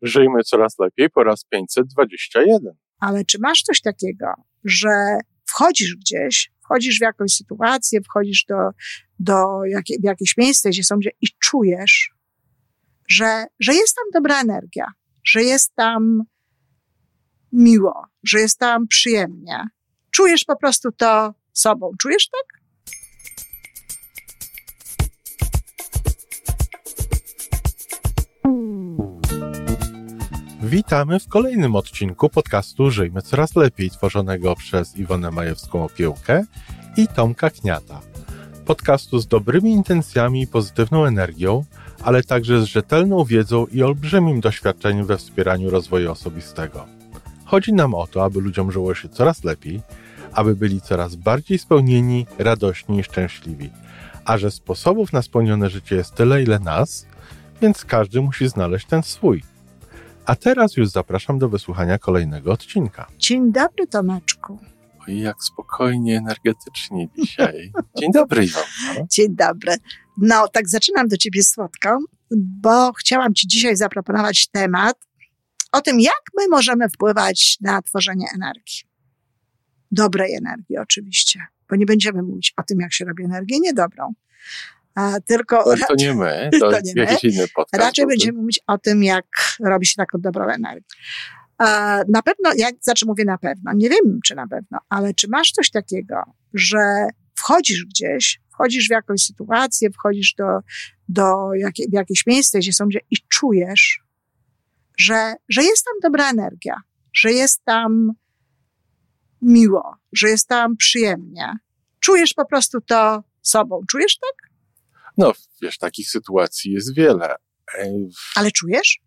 Żyjmy coraz lepiej po raz 521. Ale czy masz coś takiego, że wchodzisz gdzieś, wchodzisz w jakąś sytuację, wchodzisz w jakieś miejsce, gdzie są ludzie i czujesz, że jest tam dobra energia, że jest tam miło, że jest tam przyjemnie. Czujesz po prostu to sobą. Czujesz tak? Witamy w kolejnym odcinku podcastu Żyjmy Coraz Lepiej, tworzonego przez Iwonę Majewską-Opiełkę i Tomka Kniata. Podcastu z dobrymi intencjami i pozytywną energią, ale także z rzetelną wiedzą i olbrzymim doświadczeniem we wspieraniu rozwoju osobistego. Chodzi nam o to, aby ludziom żyło się coraz lepiej, aby byli coraz bardziej spełnieni, radośni i szczęśliwi. A że sposobów na spełnione życie jest tyle, ile nas, więc każdy musi znaleźć ten swój. A teraz już zapraszam do wysłuchania kolejnego odcinka. Dzień dobry, Tomeczku. Oj, jak spokojnie, energetycznie dzisiaj. Dzień dobry, Iwonko. Dzień dobry. No, tak zaczynam do ciebie słodko, bo chciałam ci dzisiaj zaproponować temat o tym, jak my możemy wpływać na tworzenie energii. Dobrej energii oczywiście, bo nie będziemy mówić o tym, jak się robi energię niedobrą. Tylko to nie my, to jakiś inny podcast. Raczej będziemy mówić o tym, jak robi się taką dobrą energię. Na pewno, mówię na pewno, nie wiem czy na pewno, ale czy masz coś takiego, że wchodzisz gdzieś, wchodzisz w jakąś sytuację, wchodzisz w jakieś miejsce, gdzie są ludzie i czujesz, że jest tam dobra energia, że jest tam miło, że jest tam przyjemnie. Czujesz po prostu to sobą. Czujesz tak? No, wiesz, takich sytuacji jest wiele. Ale czujesz?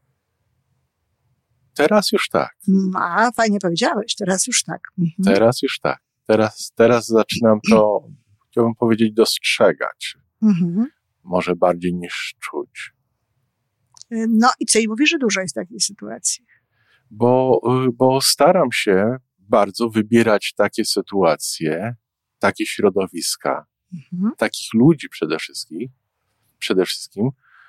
Teraz już tak. Fajnie powiedziałeś, teraz już tak. Mhm. Teraz już tak. Teraz zaczynam to, chciałbym powiedzieć, dostrzegać. Mhm. Może bardziej niż czuć. No i co? I mówisz, że dużo jest takich sytuacji. Bo staram się bardzo wybierać takie sytuacje, takie środowiska, takich ludzi przede wszystkim,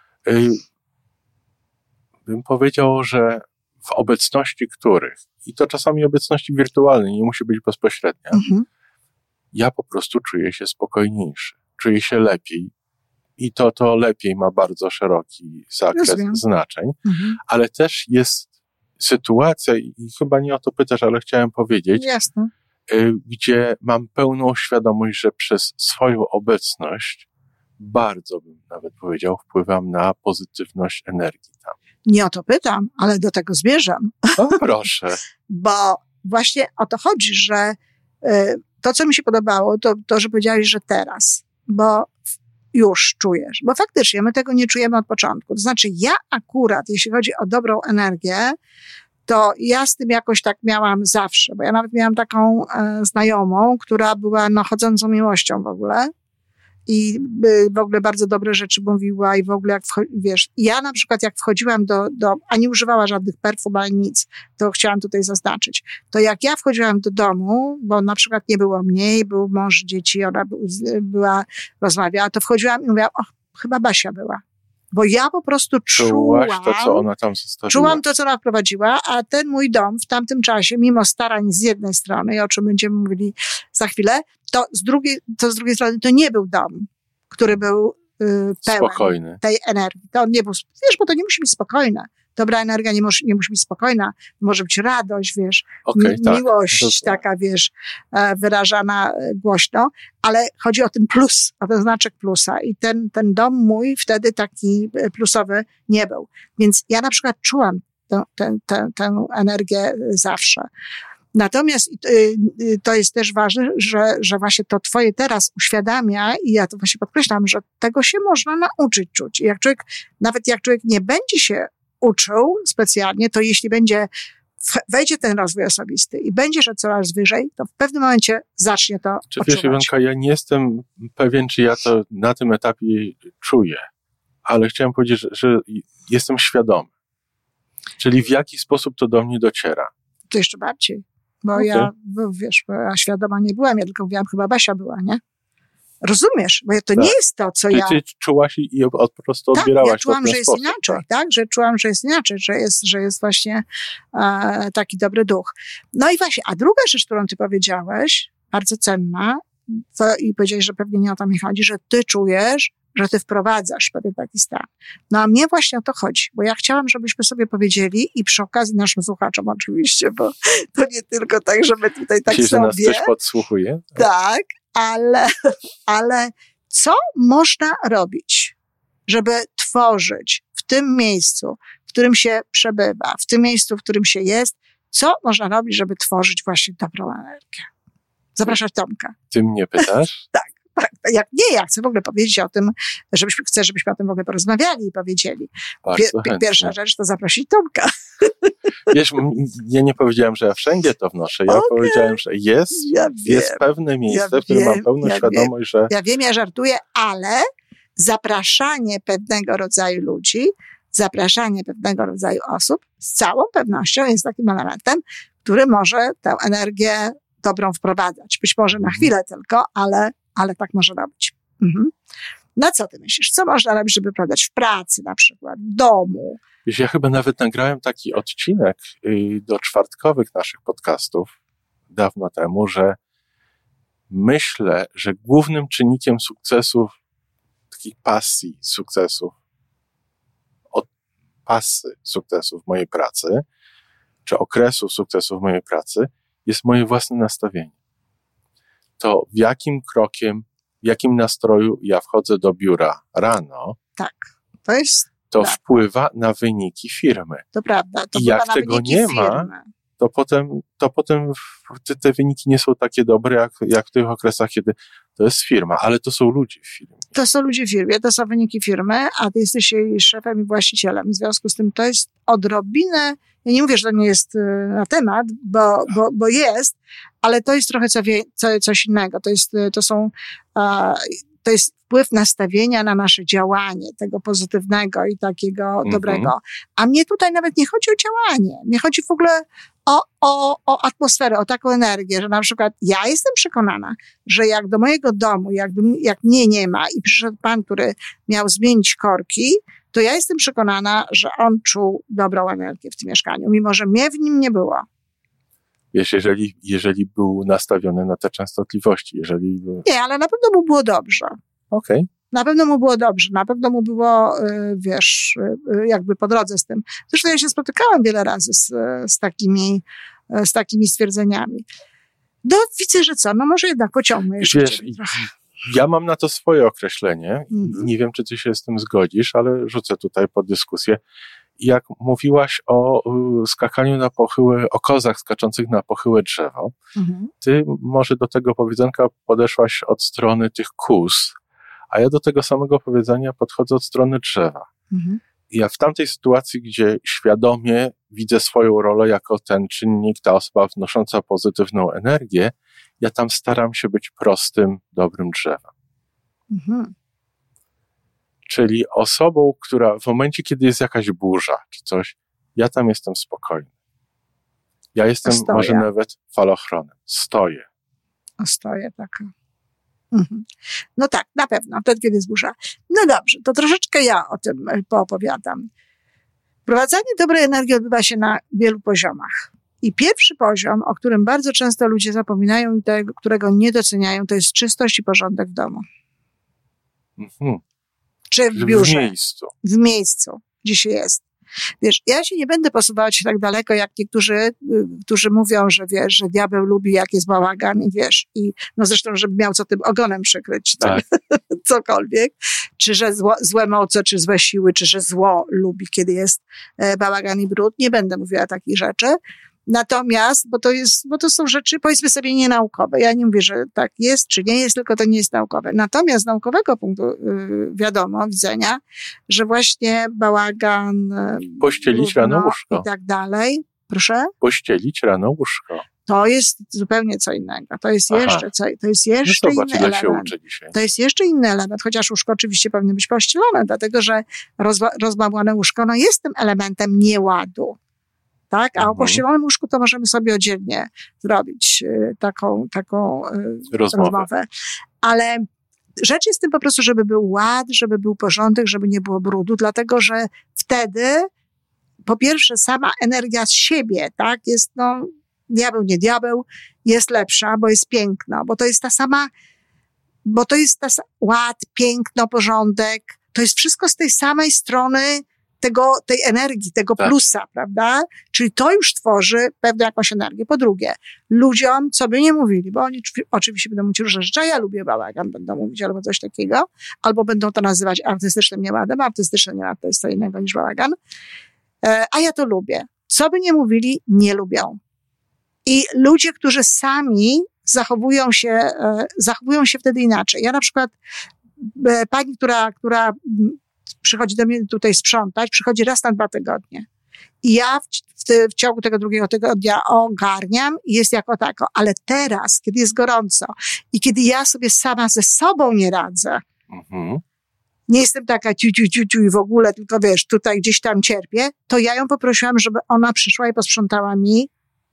bym powiedział, że w obecności których, i to czasami obecności wirtualnej, nie musi być bezpośrednia, ja po prostu czuję się spokojniejszy, czuję się lepiej i to lepiej ma bardzo szeroki zakres znaczeń, ale też jest sytuacja, i chyba nie o to pytasz, ale chciałem powiedzieć, jasne, gdzie mam pełną świadomość, że przez swoją obecność bardzo bym nawet powiedział, wpływam na pozytywność energii tam. Nie o to pytam, ale do tego zmierzam. O, proszę. Bo właśnie o to chodzi, że to, co mi się podobało, to, że powiedziałeś, że teraz, bo już czujesz, bo faktycznie my tego nie czujemy od początku. To znaczy ja akurat, jeśli chodzi o dobrą energię, to ja z tym jakoś tak miałam zawsze, bo ja nawet miałam taką znajomą, która była chodzącą miłością w ogóle i w ogóle bardzo dobre rzeczy mówiła i w ogóle jak wiesz, ja na przykład jak wchodziłam a nie używała żadnych perfum, ale nic, to chciałam tutaj zaznaczyć, to jak ja wchodziłam do domu, bo na przykład nie było mnie, był mąż, dzieci, ona rozmawiała, to wchodziłam i mówiłam, chyba Basia była. Bo ja po prostu czułam to, co ona tam zostawiła. Czułam to, co ona wprowadziła, a ten mój dom w tamtym czasie, mimo starań z jednej strony, i o czym będziemy mówili za chwilę, to z drugiej strony to nie był dom, który był pełen spokojny tej energii. To on nie był, wiesz, bo to nie musi być spokojne. Dobra energia nie musi być spokojna. Może być radość, wiesz, miłość taka, wiesz, wyrażana głośno, ale chodzi o ten plus, o ten znaczek plusa i ten dom mój wtedy taki plusowy nie był. Więc ja na przykład czułam tę energię zawsze. Natomiast to jest też ważne, że właśnie to twoje teraz uświadamia i ja to właśnie podkreślam, że tego się można nauczyć czuć. I nawet jak człowiek nie będzie się uczył specjalnie, to jeśli wejdzie ten rozwój osobisty i będzie szedł coraz wyżej, to w pewnym momencie zacznie to odczuwać. Wiesz, Iwonka, ja nie jestem pewien, czy ja to na tym etapie czuję, ale chciałem powiedzieć, że jestem świadomy. Czyli w jaki sposób to do mnie dociera. To jeszcze bardziej, bo ja świadoma nie byłam, ja tylko mówiłam, chyba Basia była, nie? Rozumiesz? Bo to nie jest to, co ja... Ty czułaś i po prostu odbierałaś ja czułam, to w ten że jest sposób, inaczej, tak? Że czułam, że jest inaczej, że jest właśnie taki dobry duch. No i właśnie, a druga rzecz, którą ty powiedziałeś, bardzo cenna, i powiedziałeś, że pewnie nie o to mi chodzi, że ty czujesz, że ty wprowadzasz pewien taki stan. No a mnie właśnie o to chodzi, bo ja chciałam, żebyśmy sobie powiedzieli i przy okazji naszym słuchaczom oczywiście, bo to nie tylko tak, że my tutaj tak myślisz, sobie... że nas coś podsłuchuje? Tak, ale co można robić, żeby tworzyć w tym miejscu, w którym się przebywa, w tym miejscu, w którym się jest, co można robić, żeby tworzyć właśnie dobrą energię? Zapraszam Tomka. Ty mnie pytasz? Tak. Ja chcę w ogóle powiedzieć o tym, żebyśmy o tym w ogóle porozmawiali i powiedzieli. Pierwsza rzecz to zaprosić Tomka. Wiesz, ja nie powiedziałem, że ja wszędzie to wnoszę. Ja powiedziałem, że jest pewne miejsce, w którym mam pełną świadomość, że... Ja wiem, ja żartuję, ale zapraszanie pewnego rodzaju ludzi, zapraszanie pewnego rodzaju osób z całą pewnością jest takim elementem, który może tę energię dobrą wprowadzać. Być może na chwilę tylko, ale tak może robić. Mhm. No co ty myślisz? Co można robić, żeby wprowadzać w pracy na przykład, w domu? Wiesz, ja chyba nawet nagrałem taki odcinek do czwartkowych naszych podcastów dawno temu, że myślę, że głównym czynnikiem sukcesów, takich pasji sukcesów, od pasy sukcesów w mojej pracy, czy okresu sukcesów w mojej pracy, jest moje własne nastawienie. To w jakim nastroju ja wchodzę do biura rano, tak, to wpływa na wyniki firmy. To prawda. To i jak tego nie ma, to potem te wyniki nie są takie dobre, jak w tych okresach, kiedy to jest firma, ale to są ludzie w firmie. To są ludzie w firmie, to są wyniki firmy, a ty jesteś jej szefem i właścicielem. W związku z tym to jest odrobinę, ja nie mówię, że to nie jest na temat, bo jest, ale to jest trochę coś innego. To jest wpływ nastawienia na nasze działanie, tego pozytywnego i takiego dobrego. A mnie tutaj nawet nie chodzi o działanie. Mnie chodzi w ogóle o atmosferę, o taką energię, że na przykład ja jestem przekonana, że jak do mojego domu, jak mnie nie ma i przyszedł pan, który miał zmienić korki, to ja jestem przekonana, że on czuł dobrą energię w tym mieszkaniu, mimo że mnie w nim nie było. Wiesz, jeżeli był nastawiony na te częstotliwości, Nie, ale na pewno mu było dobrze. Okej. Na pewno mu było dobrze, na pewno mu było, jakby po drodze z tym. Zresztą ja się spotykałam wiele razy z takimi stwierdzeniami. No widzę, że co, no może jednak pociągnę jeszcze trochę. Ja mam na to swoje określenie. Nie wiem, czy ty się z tym zgodzisz, ale rzucę tutaj pod dyskusję. Jak mówiłaś o skakaniu na pochyłe, o kozach skaczących na pochyłe drzewo, ty może do tego powiedzonka podeszłaś od strony tych kóz, a ja do tego samego powiedzenia podchodzę od strony drzewa. I ja w tamtej sytuacji, gdzie świadomie widzę swoją rolę jako ten czynnik, ta osoba wnosząca pozytywną energię, ja tam staram się być prostym, dobrym drzewem. Czyli osobą, która w momencie, kiedy jest jakaś burza czy coś, ja tam jestem spokojny. Ja jestem może nawet falochronem. Stoję. Stoję taka. No tak, na pewno, wtedy, kiedy jest burza. No dobrze, to troszeczkę ja o tym poopowiadam. Wprowadzanie dobrej energii odbywa się na wielu poziomach. I pierwszy poziom, o którym bardzo często ludzie zapominają i którego nie doceniają, to jest czystość i porządek w domu. Czy w biurze. W miejscu, gdzie się jest. Wiesz, ja się nie będę posuwać tak daleko, jak niektórzy, którzy mówią, że wiesz, że diabeł lubi, jak jest bałagan i wiesz, i no zresztą, żeby miał co tym ogonem przykryć, tak. Cokolwiek, czy że złe moce, czy złe siły, czy że zło lubi, kiedy jest bałagan i brud. Nie będę mówiła takich rzeczy. Natomiast, bo to są rzeczy, powiedzmy sobie, nienaukowe. Ja nie mówię, że tak jest, czy nie jest, tylko to nie jest naukowe. Natomiast z naukowego punktu widzenia, że właśnie bałagan, pościelić rano łóżko i tak dalej. Proszę? Pościelić rano łóżko. To jest zupełnie co innego. To jest jeszcze inny element. To jest jeszcze inny element, chociaż łóżko oczywiście powinno być pościelone, dlatego że rozmamłane łóżko jest tym elementem nieładu. Tak? A o pościelonym łóżku to możemy sobie oddzielnie zrobić taką rozmowę. Ale rzecz jest w tym po prostu, żeby był ład, żeby był porządek, żeby nie było brudu, dlatego że wtedy po pierwsze sama energia z siebie, tak, jest diabeł, nie diabeł, jest lepsza, bo jest piękno, bo to jest ład, piękno, porządek, to jest wszystko z tej samej strony tej energii, tego plusa, prawda? Czyli to już tworzy pewną jakąś energię. Po drugie, ludziom, co by nie mówili, bo oni oczywiście będą mówić różne rzeczy, a ja lubię bałagan, będą mówić albo coś takiego, albo będą to nazywać artystycznym nieładem, artystyczny nieład to jest co innego niż bałagan, a ja to lubię. Co by nie mówili, nie lubią. I ludzie, którzy sami zachowują się wtedy inaczej. Ja na przykład, pani, która przychodzi do mnie tutaj sprzątać, przychodzi raz na 2 tygodnie. I ja w ciągu tego drugiego tygodnia ogarniam i jest jako tako. Ale teraz, kiedy jest gorąco i kiedy ja sobie sama ze sobą nie radzę, nie jestem taka ciu i w ogóle, tylko wiesz, tutaj gdzieś tam cierpię, to ja ją poprosiłam, żeby ona przyszła i posprzątała mi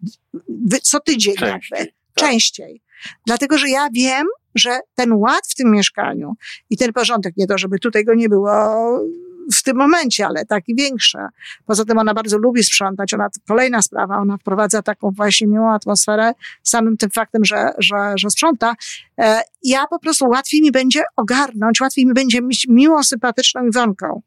co tydzień częściej. Dlatego, że ja wiem, że ten ład w tym mieszkaniu i ten porządek, nie to, żeby tutaj go nie było w tym momencie, ale taki większy. Poza tym ona bardzo lubi sprzątać. Kolejna sprawa, ona wprowadza taką właśnie miłą atmosferę samym tym faktem, że sprząta. Ja po prostu łatwiej mi będzie ogarnąć, łatwiej mi będzie mieć miłą, sympatyczną Iwonką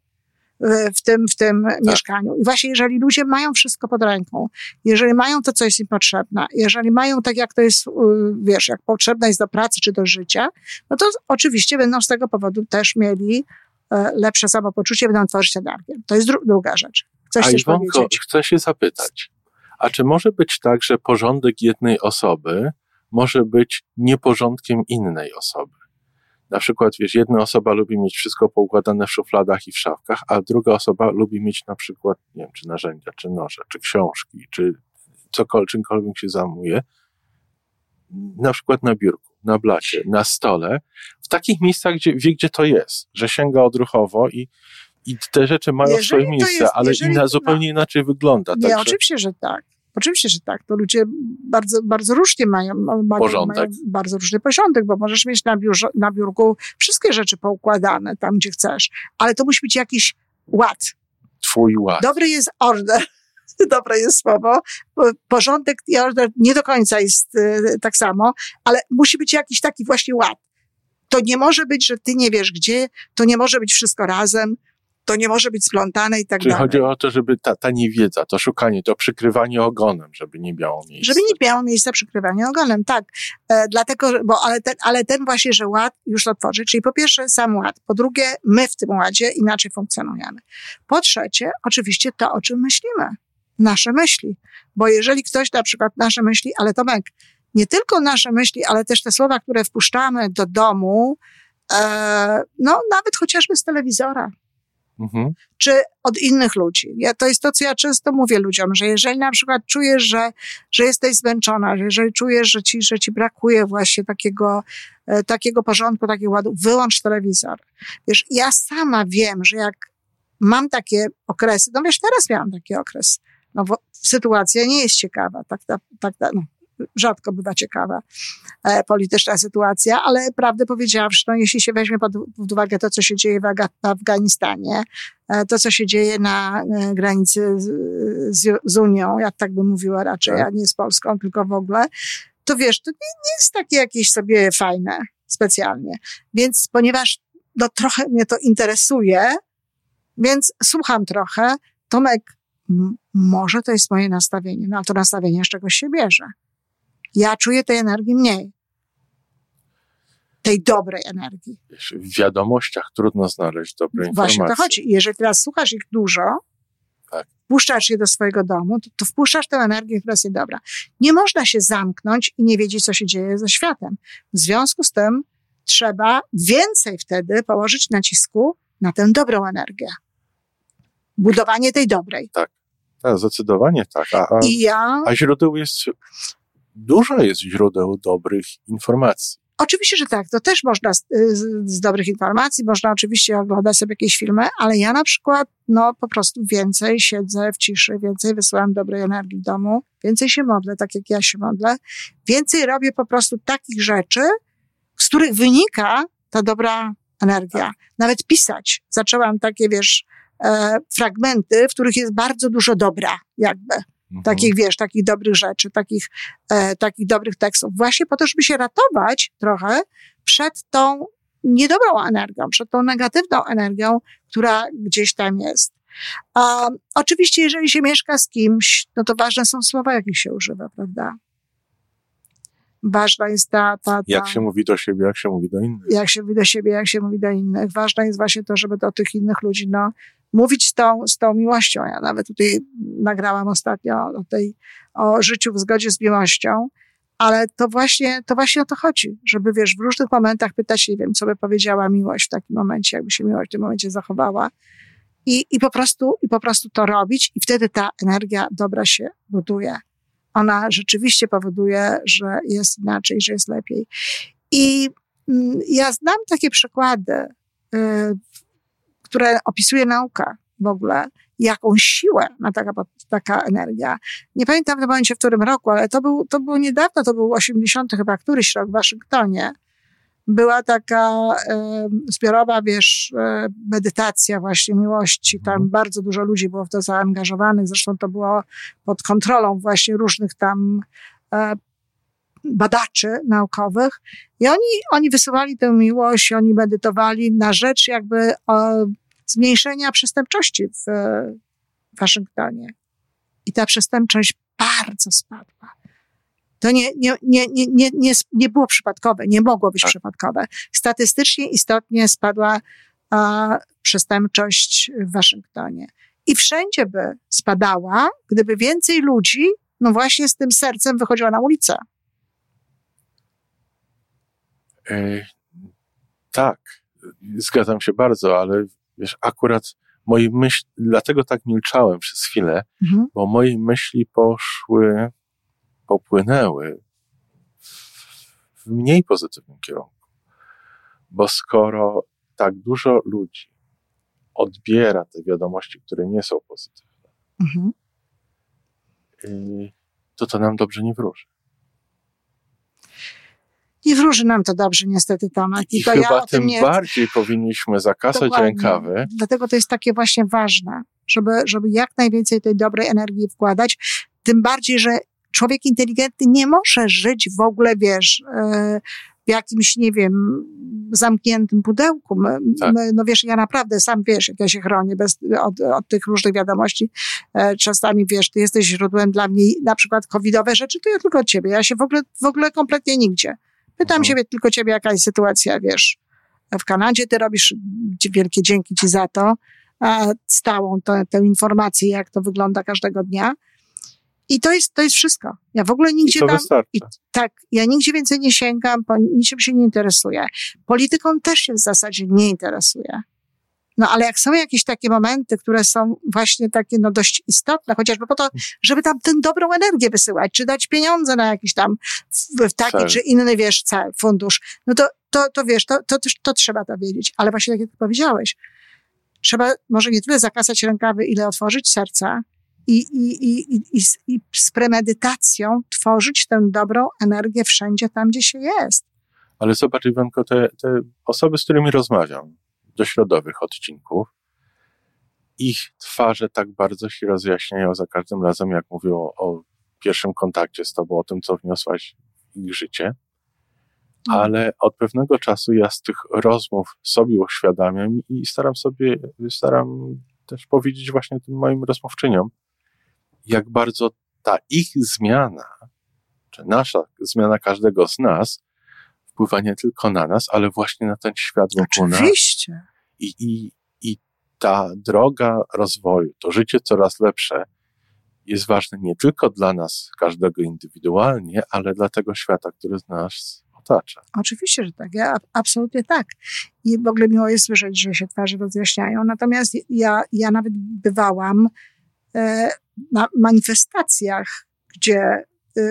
w tym mieszkaniu. I właśnie jeżeli ludzie mają wszystko pod ręką, jeżeli mają to, co jest im potrzebne, jeżeli mają tak, jak to jest, wiesz, jak potrzebne jest do pracy czy do życia, no to oczywiście będą z tego powodu też mieli lepsze samopoczucie, będą tworzyć energię. To jest druga rzecz. Coś chcesz Iwonko, powiedzieć? chcę się zapytać, a czy może być tak, że porządek jednej osoby może być nieporządkiem innej osoby? Na przykład, wiesz, jedna osoba lubi mieć wszystko poukładane w szufladach i w szafkach, a druga osoba lubi mieć na przykład, nie wiem, czy narzędzia, czy noże, czy książki, czy czymkolwiek się zajmuje, na przykład na biurku, na blacie, na stole, w takich miejscach, gdzie wie, gdzie to jest, że sięga odruchowo i te rzeczy mają swoje miejsce, ale zupełnie inaczej wygląda. Nie, oczywiście, że tak. Oczywiście, że tak. To ludzie bardzo, bardzo różnie mają bardzo różny porządek, bo możesz mieć na biurku wszystkie rzeczy poukładane tam, gdzie chcesz, ale to musi być jakiś ład. Twój ład. Dobry jest order. Dobre jest słowo. Porządek i order nie do końca jest tak samo, ale musi być jakiś taki właśnie ład. To nie może być, że ty nie wiesz gdzie, to nie może być wszystko razem, to nie może być splątane i tak dalej. Czyli chodzi o to, żeby ta niewiedza, to szukanie, to przykrywanie ogonem, żeby nie miało miejsca. Żeby nie miało miejsca przykrywanie ogonem, tak. Dlatego, ale ten właśnie, że ład już to tworzy, czyli po pierwsze sam ład, po drugie my w tym ładzie inaczej funkcjonujemy. Po trzecie, oczywiście to, o czym myślimy. Nasze myśli. Bo jeżeli ktoś na przykład nasze myśli, ale Tomek, nie tylko nasze myśli, ale też te słowa, które wpuszczamy do domu, nawet chociażby z telewizora. Czy od innych ludzi. To jest to, co ja często mówię ludziom, że jeżeli na przykład czujesz, że jesteś zmęczona, że jeżeli czujesz, że ci brakuje właśnie takiego porządku, takiego ładu, wyłącz telewizor. Wiesz, ja sama wiem, że jak mam takie okresy, no wiesz, teraz miałam taki okres, sytuacja nie jest ciekawa, rzadko bywa ciekawa polityczna sytuacja, ale prawdę powiedziawszy, jeśli się weźmie pod uwagę to, co się dzieje w Afganistanie, to, co się dzieje na granicy z Unią, jak tak bym mówiła raczej, a nie z Polską, tylko w ogóle, to wiesz, to nie jest takie jakieś sobie fajne specjalnie. Więc ponieważ trochę mnie to interesuje, więc słucham trochę, Tomek, może to jest moje nastawienie, a to nastawienie z czegoś się bierze. Ja czuję tej energii mniej. Tej dobrej energii. W wiadomościach trudno znaleźć dobre informacje. Właśnie to chodzi. Jeżeli teraz słuchasz ich dużo, wpuszczasz je do swojego domu, to wpuszczasz tę energię, która jest niedobra. Nie można się zamknąć i nie wiedzieć, co się dzieje ze światem. W związku z tym trzeba więcej wtedy położyć nacisku na tę dobrą energię. Budowanie tej dobrej. Tak, zdecydowanie tak. A źródeł dużo jest źródeł dobrych informacji. Oczywiście, że tak. To też można z dobrych informacji, można oczywiście oglądać sobie jakieś filmy, ale ja na przykład, po prostu więcej siedzę w ciszy, więcej wysyłam dobrej energii w domu, więcej się modlę, tak jak ja się modlę, więcej robię po prostu takich rzeczy, z których wynika ta dobra energia. Nawet pisać. Zaczęłam takie, fragmenty, w których jest bardzo dużo dobra, jakby. Takich, takich dobrych rzeczy, takich dobrych tekstów. Właśnie po to, żeby się ratować trochę przed tą niedobrą energią, przed tą negatywną energią, która gdzieś tam jest. Oczywiście, jeżeli się mieszka z kimś, no to ważne są słowa, jakich się używa, prawda? Ważna jest ta... Jak się mówi do siebie, jak się mówi do innych. Jak się mówi do siebie, jak się mówi do innych. Ważne jest właśnie to, żeby do tych innych ludzi, mówić z tą miłością. Ja nawet tutaj nagrałam ostatnio o życiu w zgodzie z miłością, ale to właśnie o to chodzi, żeby, w różnych momentach pytać, nie wiem, co by powiedziała miłość w takim momencie, jakby się miłość w tym momencie zachowała i po prostu to robić i wtedy ta energia dobra się buduje. Ona rzeczywiście powoduje, że jest inaczej, że jest lepiej. I ja znam takie przykłady, które opisuje nauka w ogóle, jaką siłę ma taka energia. Nie pamiętam w tym momencie, w którym roku, ale to było niedawno, to był 80. chyba któryś rok w Waszyngtonie. Była taka zbiorowa, medytacja właśnie miłości. Tam bardzo dużo ludzi było w to zaangażowanych. Zresztą to było pod kontrolą właśnie różnych tam badaczy naukowych. I oni wysuwali tę miłość, oni medytowali na rzecz jakby zmniejszenia przestępczości w Waszyngtonie. I ta przestępczość bardzo spadła. To nie było przypadkowe, nie mogło być przypadkowe. Statystycznie istotnie spadła przestępczość w Waszyngtonie. I wszędzie by spadała, gdyby więcej ludzi, właśnie z tym sercem wychodziło na ulicę. Tak, zgadzam się bardzo, ale akurat moje myśli, dlatego tak milczałem przez chwilę, bo moje myśli popłynęły w mniej pozytywnym kierunku. Bo skoro tak dużo ludzi odbiera te wiadomości, które nie są pozytywne, to nam dobrze nie wróży. Nie wróży nam to dobrze, niestety, Tomek. I chyba tym bardziej powinniśmy zakasać rękawy. Dlatego to jest takie właśnie ważne, żeby jak najwięcej tej dobrej energii wkładać. Tym bardziej, że człowiek inteligentny nie może żyć w ogóle, w jakimś, nie wiem, zamkniętym pudełku. Tak. Ja naprawdę sam jak ja się chronię od tych różnych wiadomości. Czasami, ty jesteś źródłem dla mnie, na przykład covidowe rzeczy, to ja tylko od ciebie. Ja się w ogóle kompletnie nigdzie. Pytam siebie, tylko ciebie, jaka jest sytuacja, w Kanadzie, ty robisz, wielkie dzięki ci za to, stałą tę informację, jak to wygląda każdego dnia. I to jest wszystko. Ja w ogóle nigdzie tam... ja nigdzie więcej nie sięgam, po niczym się nie interesuję. Polityką też się w zasadzie nie interesuję. Ale jak są jakieś takie momenty, które są właśnie takie, dość istotne, chociażby po to, żeby tam tę dobrą energię wysyłać, czy dać pieniądze na jakiś tam w taki czy inny, cel, fundusz, to trzeba to wiedzieć. Ale właśnie tak jak powiedziałeś, trzeba może nie tyle zakasać rękawy, ile otworzyć serca i z premedytacją tworzyć tę dobrą energię wszędzie tam, gdzie się jest. Ale zobacz, Iwanko, te osoby, z którymi rozmawiam, do środowych odcinków, ich twarze tak bardzo się rozjaśniają za każdym razem, jak mówią o pierwszym kontakcie z tobą, o tym, co wniosłaś w ich życie. Ale od pewnego czasu ja z tych rozmów sobie uświadamiam i staram też powiedzieć właśnie tym moim rozmówczyniom, jak bardzo ta ich zmiana, czy nasza zmiana każdego z nas, wpływa nie tylko na nas, ale właśnie na ten świat wokół nas. Oczywiście. I ta droga rozwoju, to życie coraz lepsze jest ważne nie tylko dla nas, każdego indywidualnie, ale dla tego świata, który nas otacza. Oczywiście, że tak. Absolutnie tak. I w ogóle miło jest słyszeć, że się twarze rozjaśniają. Natomiast ja nawet bywałam na manifestacjach, gdzie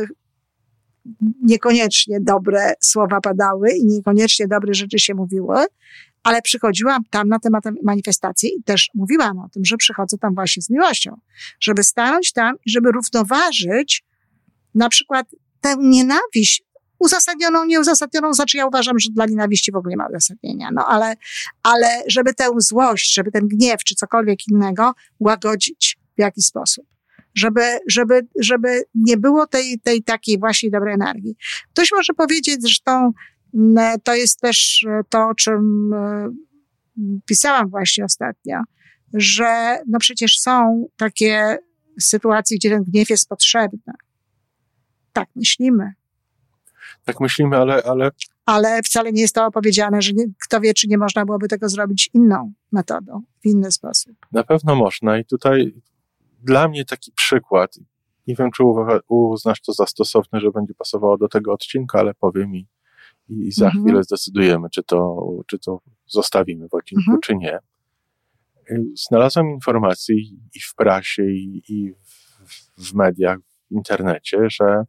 niekoniecznie dobre słowa padały i niekoniecznie dobre rzeczy się mówiły, ale przychodziłam tam na tę manifestację i też mówiłam o tym, że przychodzę tam właśnie z miłością, żeby stanąć tam i żeby równoważyć na przykład tę nienawiść, uzasadnioną, nieuzasadnioną, znaczy ja uważam, że dla nienawiści w ogóle nie ma uzasadnienia, no ale żeby tę złość, żeby ten gniew, czy cokolwiek innego łagodzić w jakiś sposób. Żeby nie było tej takiej właśnie dobrej energii. Ktoś może powiedzieć, zresztą to jest też to, o czym pisałam właśnie ostatnio, że no przecież są takie sytuacje, gdzie ten gniew jest potrzebny. Tak myślimy. Tak myślimy, Ale wcale nie jest to opowiedziane, że kto wie, czy nie można byłoby tego zrobić inną metodą, w inny sposób. Na pewno można i tutaj dla mnie taki przykład, nie wiem, czy uznasz to za stosowne, że będzie pasowało do tego odcinka, ale powiem i za chwilę zdecydujemy, czy to zostawimy w odcinku, czy nie. Znalazłem informacje i w prasie, i w mediach, w internecie, że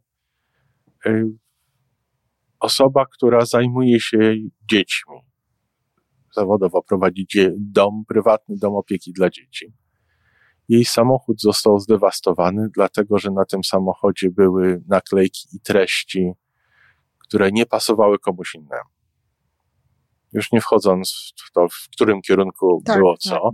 osoba, która zajmuje się dziećmi, zawodowo prowadzi prywatny dom opieki dla dzieci. Jej samochód został zdewastowany, dlatego że na tym samochodzie były naklejki i treści, które nie pasowały komuś innemu. Już nie wchodząc w to, w którym kierunku było co.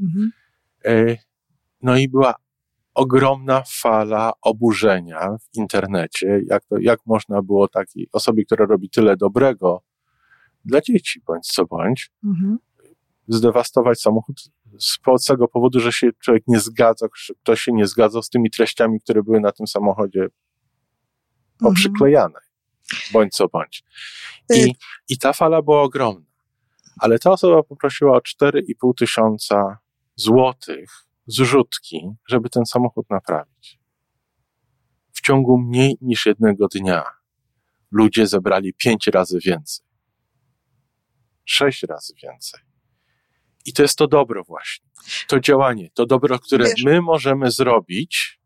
No i była ogromna fala oburzenia w internecie, jak można było takiej osobie, która robi tyle dobrego dla dzieci, bądź co bądź, zdewastować samochód z tego powodu, że się człowiek nie zgadza, że ktoś się nie zgadzał z tymi treściami, które były na tym samochodzie poprzyklejane, bądź co bądź. I ta fala była ogromna. Ale ta osoba poprosiła o 4,5 tysiąca złotych zrzutki, żeby ten samochód naprawić. W ciągu mniej niż jednego dnia ludzie zebrali 5 razy więcej. 6 razy więcej. I to jest to dobro właśnie. To działanie, to dobro, które my możemy zrobić.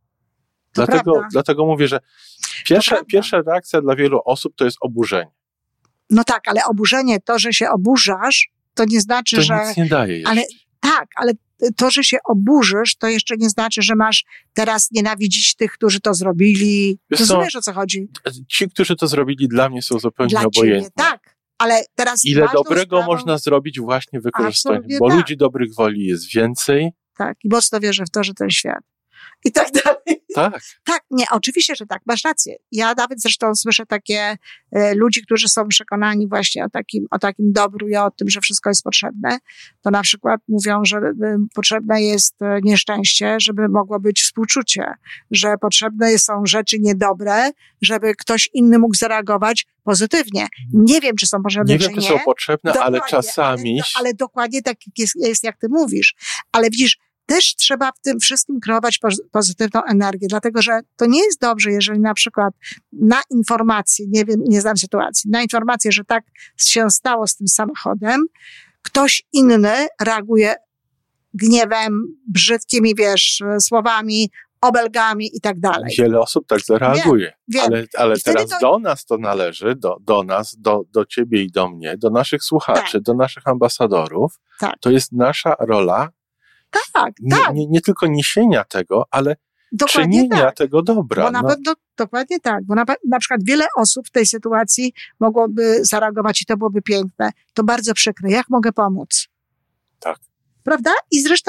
Dlatego mówię, że pierwsza reakcja dla wielu osób to jest oburzenie. No tak, ale oburzenie, to, że się oburzasz, to nie znaczy, że... To nic nie daje jeszcze. Ale to, że się oburzysz, to jeszcze nie znaczy, że masz teraz nienawidzić tych, którzy to zrobili. Rozumiesz, o co chodzi? Ci, którzy to zrobili, dla mnie są zupełnie obojętni. Tak, ale teraz... Ile dobrego można zrobić właśnie wykorzystaniem, bo ludzi dobrych woli jest więcej. Tak, i mocno wierzę w to, że ten świat. I tak dalej. Tak, nie, oczywiście, że tak, masz rację. Ja nawet zresztą słyszę takie ludzi, którzy są przekonani właśnie o takim dobru i o tym, że wszystko jest potrzebne. To na przykład mówią, że potrzebne jest nieszczęście, żeby mogło być współczucie, że potrzebne są rzeczy niedobre, żeby ktoś inny mógł zareagować pozytywnie. Nie wiem, czy są potrzebne, czy nie. Nie wiem, czy są potrzebne, ale czasami... Ale dokładnie tak jest, jak ty mówisz. Ale widzisz, też trzeba w tym wszystkim kreować pozytywną energię, dlatego że to nie jest dobrze, jeżeli na przykład na informację, nie wiem, nie znam sytuacji, na informację, że tak się stało z tym samochodem, ktoś inny reaguje gniewem, brzydkimi, słowami, obelgami i tak dalej. Wiele osób tak zareaguje. Wiem. Ale teraz do nas to należy, do nas, do ciebie i do mnie, do naszych słuchaczy, do naszych ambasadorów. Tak. To jest nasza rola. Tak. Nie tylko niesienia tego, ale czynienia tego dobra. Bo na pewno, dokładnie tak, bo na przykład wiele osób w tej sytuacji mogłoby zareagować i to byłoby piękne. To bardzo przykre. Jak mogę pomóc? Tak. Prawda? I zresztą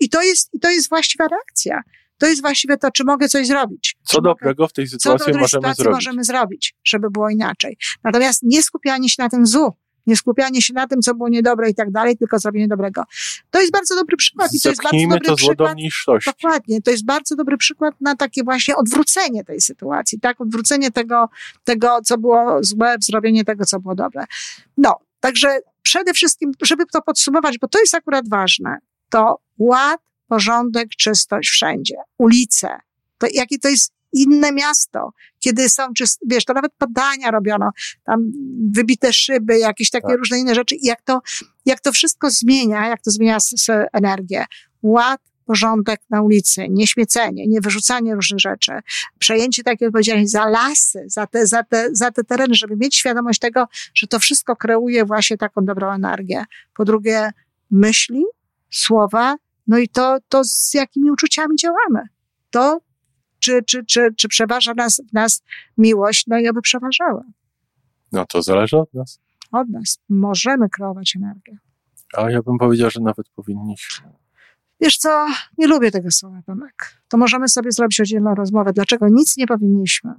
to jest właściwa reakcja. To jest właściwie to, czy mogę coś zrobić. Co dobrego w tej sytuacji możemy zrobić, żeby było inaczej. Natomiast nie skupianie się na tym złu. Nie skupianie się na tym, co było niedobre i tak dalej, tylko zrobienie dobrego. To jest bardzo dobry przykład. I to jest bardzo dobry przykład. Dokładnie. To jest bardzo dobry przykład na takie właśnie odwrócenie tej sytuacji, tak? Odwrócenie tego, co było złe, w zrobienie tego, co było dobre. No, także przede wszystkim, żeby to podsumować, bo to jest akurat ważne, to ład, porządek, czystość wszędzie. Ulice. To, jakie to jest inne miasto, kiedy są, to nawet badania robiono, tam wybite szyby, jakieś takie różne inne rzeczy i jak to wszystko zmienia, jak to zmienia energię. Ład, porządek na ulicy, nieśmiecenie, nie wyrzucanie różnych rzeczy, przejęcie takiej odpowiedzialności za lasy, za te tereny, żeby mieć świadomość tego, że to wszystko kreuje właśnie taką dobrą energię. Po drugie, myśli, słowa, no i to z jakimi uczuciami działamy. To czy przeważa w nas miłość, no i aby przeważała. No to zależy od nas. Od nas. Możemy kreować energię. A ja bym powiedział, że nawet powinniśmy. Wiesz co, nie lubię tego słowa, Tomek. To możemy sobie zrobić oddzielną rozmowę. Dlaczego nic nie powinniśmy?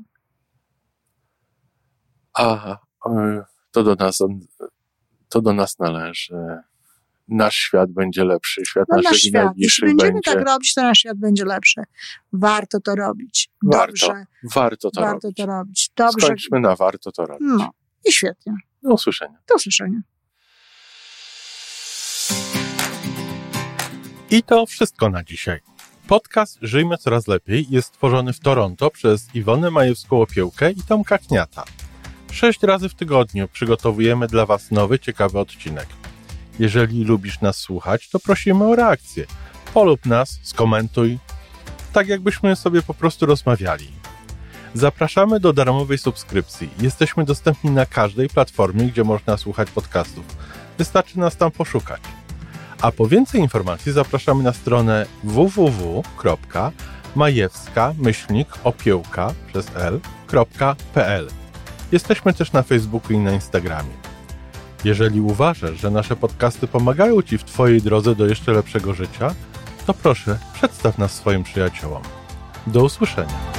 To do nas należy. Nasz świat będzie lepszy, świat nasz naszych świat. najbliższych Jeśli będziemy będzie. tak robić, to nasz świat będzie lepszy. Warto to robić. Dobrze. Warto to robić. Dobrze. Skończmy na warto to robić. No i świetnie. Do usłyszenia. Do usłyszenia. I to wszystko na dzisiaj. Podcast Żyjmy Coraz Lepiej jest stworzony w Toronto przez Iwonę Majewską-Opiełkę i Tomka Kniata. 6 razy w tygodniu przygotowujemy dla Was nowy, ciekawy odcinek. Jeżeli lubisz nas słuchać, to prosimy o reakcję. Polub nas, skomentuj, tak jakbyśmy sobie po prostu rozmawiali. Zapraszamy do darmowej subskrypcji. Jesteśmy dostępni na każdej platformie, gdzie można słuchać podcastów. Wystarczy nas tam poszukać. A po więcej informacji zapraszamy na stronę www.majewska-opiełka.pl. Jesteśmy też na Facebooku i na Instagramie. Jeżeli uważasz, że nasze podcasty pomagają Ci w Twojej drodze do jeszcze lepszego życia, to proszę, przedstaw nas swoim przyjaciołom. Do usłyszenia.